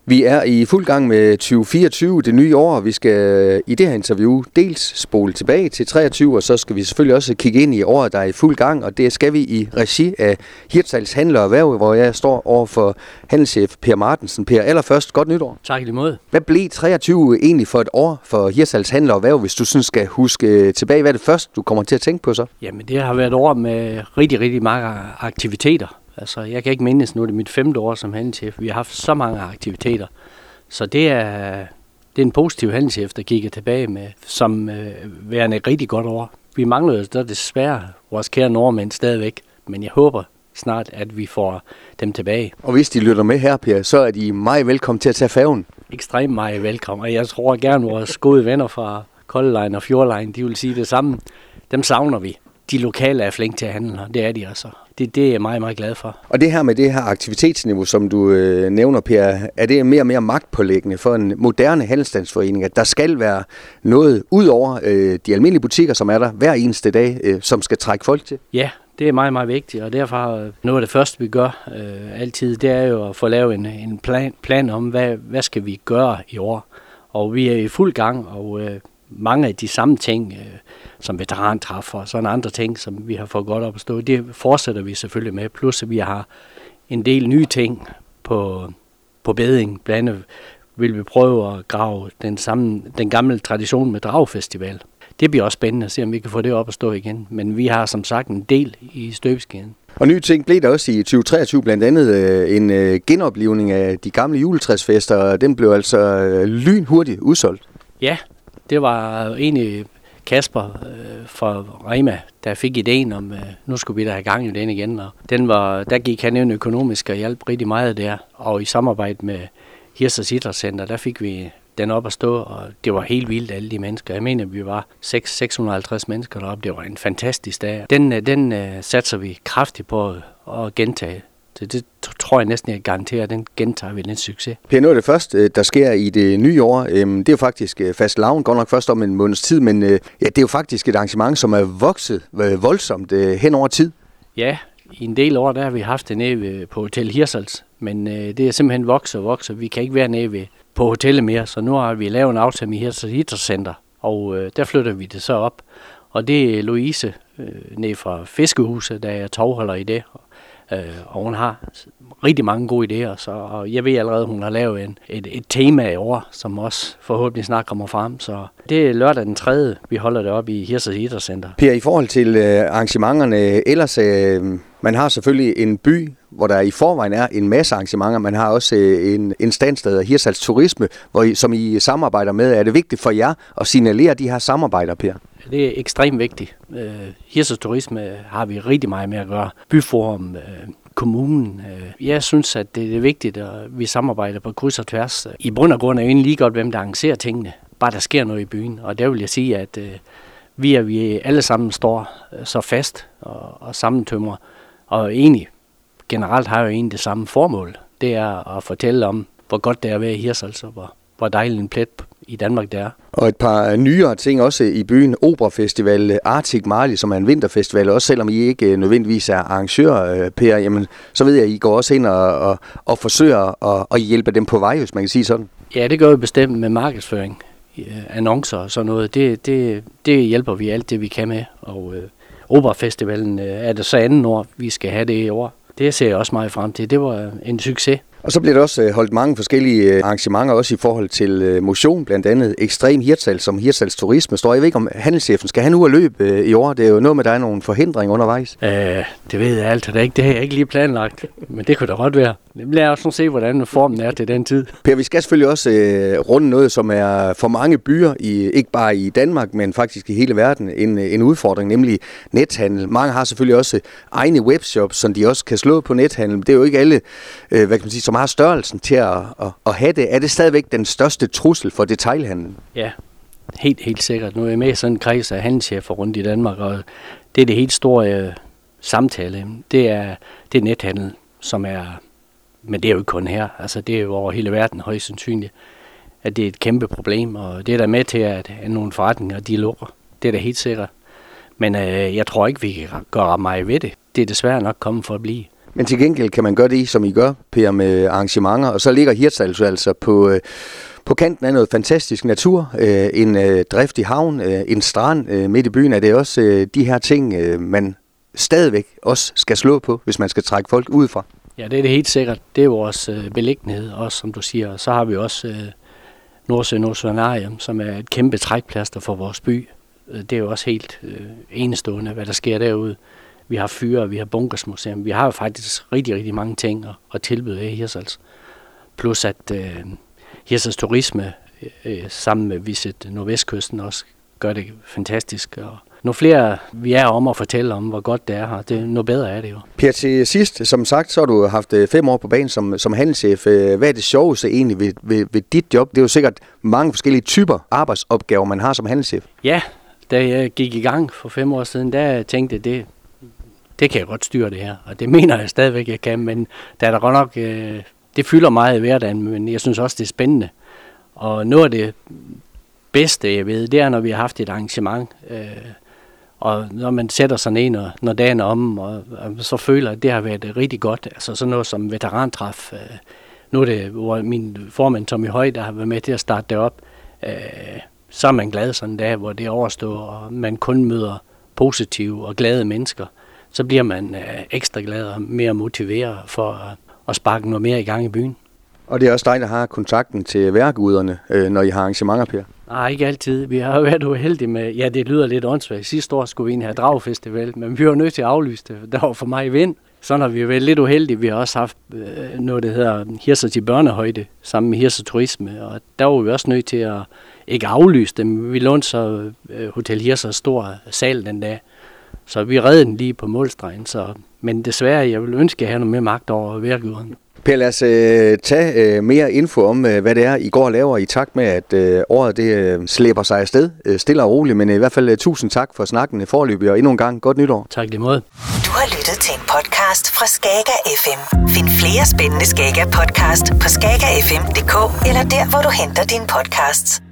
Vi er i fuld gang med 2024, det nye år. Vi skal i det her interview dels spole tilbage til 23, og så skal vi selvfølgelig også kigge ind i året, der er i fuld gang, og det skal vi i regi af Hirtshals Handel og Erhverv, hvor jeg står over for handelschef Per Martensen. Per, allerførst, godt nytår. Tak i lige måde. Hvad blev 23 egentlig for et år for Hirtshals Handel og Erhverv, hvis du sådan skal huske tilbage? Hvad er det første, du kommer til at tænke på så? Jamen, det har været et år med rigtig mange aktiviteter. Altså, jeg kan ikke mindes, nu er det mit 5. år som handelschef. Vi har haft så mange aktiviteter. Så det er en positiv handelschef, der kigger tilbage med, som værende et rigtig godt år. Vi mangler jo så desværre vores kære nordmænd stadigvæk, men jeg håber snart, at vi får dem tilbage. Og hvis de lytter med her, Per, så er de meget velkommen til at tage færgen. Ekstremt meget velkommen, og jeg tror gerne, vores gode venner fra Color Line og Fjord Line, de vil sige det samme. Dem savner vi. De lokale er flinke til at handle, det er de altså. Det er jeg meget glad for. Og det her med det her aktivitetsniveau, som du nævner, Per, er det mere og mere magtpålæggende for en moderne handelsstandsforening, at der skal være noget ud over de almindelige butikker, som er der hver eneste dag, som skal trække folk til? Ja, det er meget vigtigt, og derfor noget af det første, vi gør altid, det er jo at få lavet en plan om, hvad skal vi gøre i år. Og vi er i fuld gang, og mange af de samme ting, som veterantræffer og sådan andre ting, som vi har fået godt op at stå, det fortsætter vi selvfølgelig med. Plus at vi har en del nye ting på beding. Blandt andet vil vi prøve at grave den gamle tradition med Dragfestival. Det bliver også spændende at se, om vi kan få det op at stå igen. Men vi har som sagt en del i støbeskeen. Og nye ting blev der også i 2023, blandt andet en genoplivning af de gamle juletræsfester, og den blev altså lynhurtigt udsolgt. Ja, det var egentlig Kasper fra Rema, der fik ideen om, nu skulle vi da have gang i den igen. Og der gik han ind økonomisk og hjalp rigtig meget der. Og i samarbejde med Hirtshals Idrætscenter, der fik vi den op at stå, og det var helt vildt, alle de mennesker. Jeg mener, vi var 650 mennesker deroppe. Det var en fantastisk dag. Den satser vi kraftigt på at gentage. Det tror jeg næsten, jeg garanterer, at den gentager vi den succes. Per, noget af det første, der sker i det nye år, det er jo faktisk fastelavn, godt nok først om en måneds tid, men det er jo faktisk et arrangement, som er vokset voldsomt hen over tid. Ja, i en del år, der har vi haft det nede på Hotel Hirtshals, men det er simpelthen vokset. Vi kan ikke være nede på hotellet mere, så nu har vi lavet en aftale med Hirtshals Idrætscenter, og der flytter vi det så op. Og det er Louise nede fra Fiskehuset, der er tovholder i det, og hun har rigtig mange gode idéer, og jeg ved allerede, at hun har lavet et tema i år, som også forhåbentlig snart kommer frem. Så det er lørdag den 3. vi holder det op i Hirtshals Idrætscenter. Per, i forhold til arrangementerne, ellers man har selvfølgelig en by, hvor der i forvejen er en masse arrangementer. Man har også en standsted af Hirtshals Turisme, som I samarbejder med. Er det vigtigt for jer at signalere de her samarbejder, Per? Det er ekstremt vigtigt. Hirtshals Turisme har vi rigtig meget med at gøre. Byforum, kommunen. Jeg synes, at det er vigtigt, at vi samarbejder på kryds og tværs. I bund og grund er jo egentlig lige godt, hvem der arrangerer tingene. Bare der sker noget i byen. Og der vil jeg sige, at vi alle sammen står så fast og sammentømrer. Og egentlig generelt har jo egentlig det samme formål. Det er at fortælle om, hvor godt det er at være i Hirtshals, og hvor dejlig en plet i Danmark det er. Og et par nyere ting også i byen. Operafestival Arctic Marley, som er en vinterfestival, også selvom I ikke nødvendigvis er arrangør, Per, jamen, så ved jeg, at I går også ind og forsøger at hjælpe dem på vej, hvis man kan sige sådan. Ja, det gør vi bestemt med markedsføring, annoncer og sådan noget. Det hjælper vi alt det, vi kan med. Og Operafestivalen er det så anden år, vi skal have det i år. Det ser jeg også meget frem til. Det var en succes. Og så bliver der også holdt mange forskellige arrangementer, også i forhold til motion, blandt andet Ekstrem Hirtshals, som Hirtshals Turisme står. Jeg ved ikke, om handelschefen skal han ud at løbe i år. Det er jo noget med, der er nogle forhindringer undervejs. Det ved jeg altid ikke. Det har jeg ikke lige planlagt, men det kunne da godt være. Lad os nu se, hvordan formen er til den tid. Per, vi skal selvfølgelig også runde noget, som er for mange byer, ikke bare i Danmark, men faktisk i hele verden, en udfordring, nemlig nethandel. Mange har selvfølgelig også egne webshops, som de også kan slå på nethandel. Det er jo ikke alle, hvad kan man sige, som har størrelsen til at have det. Er det stadigvæk den største trussel for detailhandlen? Ja, helt sikkert. Nu er jeg med i sådan en kreds af handelschefer rundt i Danmark, og det er det helt store samtale. Det er nethandel, som er... Men det er jo ikke kun her. Altså, det er jo over hele verden højst sandsynligt, at det er et kæmpe problem, og det er der med til, at nogle forretninger, de lukker. Det er da helt sikkert. Men jeg tror ikke, vi kan gøre meget ved det. Det er desværre nok kommet for at blive. Men til gengæld kan man gøre det, som I gør, Per, med arrangementer, og så ligger Hirtshals altså på kanten af noget fantastisk natur, en driftig havn, en strand midt i byen. Er det også de her ting, man stadigvæk også skal slå på, hvis man skal trække folk udefra? Ja, det er det helt sikkert. Det er vores beliggenhed, også som du siger. Så har vi også Nordsønarium, som er et kæmpe trækplaster for vores by. Det er jo også helt enestående, hvad der sker derude. Vi har fyre, vi har bunkersmuseum. Vi har jo faktisk rigtig, rigtig mange ting at tilbyde i Hirtshals. Plus at Hirtshals Turisme sammen med Visit Nordvestkysten også gør det fantastisk. Og nu flere vi er om at fortælle om, hvor godt det er her, nu bedre er det jo. Per, til sidst, som sagt, så har du haft 5 år på banen som handelschef. Hvad er det sjoveste egentlig ved dit job? Det er jo sikkert mange forskellige typer arbejdsopgaver, man har som handelschef. Ja, da jeg gik i gang for 5 år siden, der tænkte jeg, det kan jeg godt styre det her. Og det mener jeg stadigvæk, jeg kan, men der er godt nok, det fylder meget i hverdagen, men jeg synes også, det er spændende. Og noget af det bedste, jeg ved, det er, når vi har haft et arrangement, og når man sætter sig ned, når dagen er om, og så føler at det har været rigtig godt. Altså sådan noget som veterantræf. Nu er det, hvor min formand Tommy Høj, der har været med til at starte det op, så er man glad sådan en dag, hvor det er overstået, og man kun møder positive og glade mennesker. Så bliver man ekstra glad og mere motiveret for at sparke noget mere i gang i byen. Og det er også dig, der har kontakten til værkuderne, når I har arrangementer, Per? Nej, ikke altid. Vi har jo været uheldige med, ja, det lyder lidt åndssvagt. Sidste år skulle vi ind her Dragfestival, men vi var nødt til at aflyse det. Der var for meget vind. Så har vi været lidt uheldige. Vi har også haft noget, der hedder Hirtshals i børnehøjde, sammen med Hirtshals Turisme, og der var vi også nødt til at ikke aflyse dem. Vi lånte så Hotel Hirtshals stor sal den dag, så vi reddede den lige på målstregen. Men desværre, jeg vil ønske, at jeg har noget mere magt over værkuderne. Per, lad os tage mere info om, hvad det er, I går og laver i takt med, at året det slæber sig afsted, stille og roligt. Men i hvert fald tusind tak for snakken foreløbig, og endnu en gang godt nytår. Tak lige måde. Du har lyttet til en podcast fra Skager FM. Find flere spændende Skager podcast på skagerfm.dk eller der, hvor du henter dine podcasts.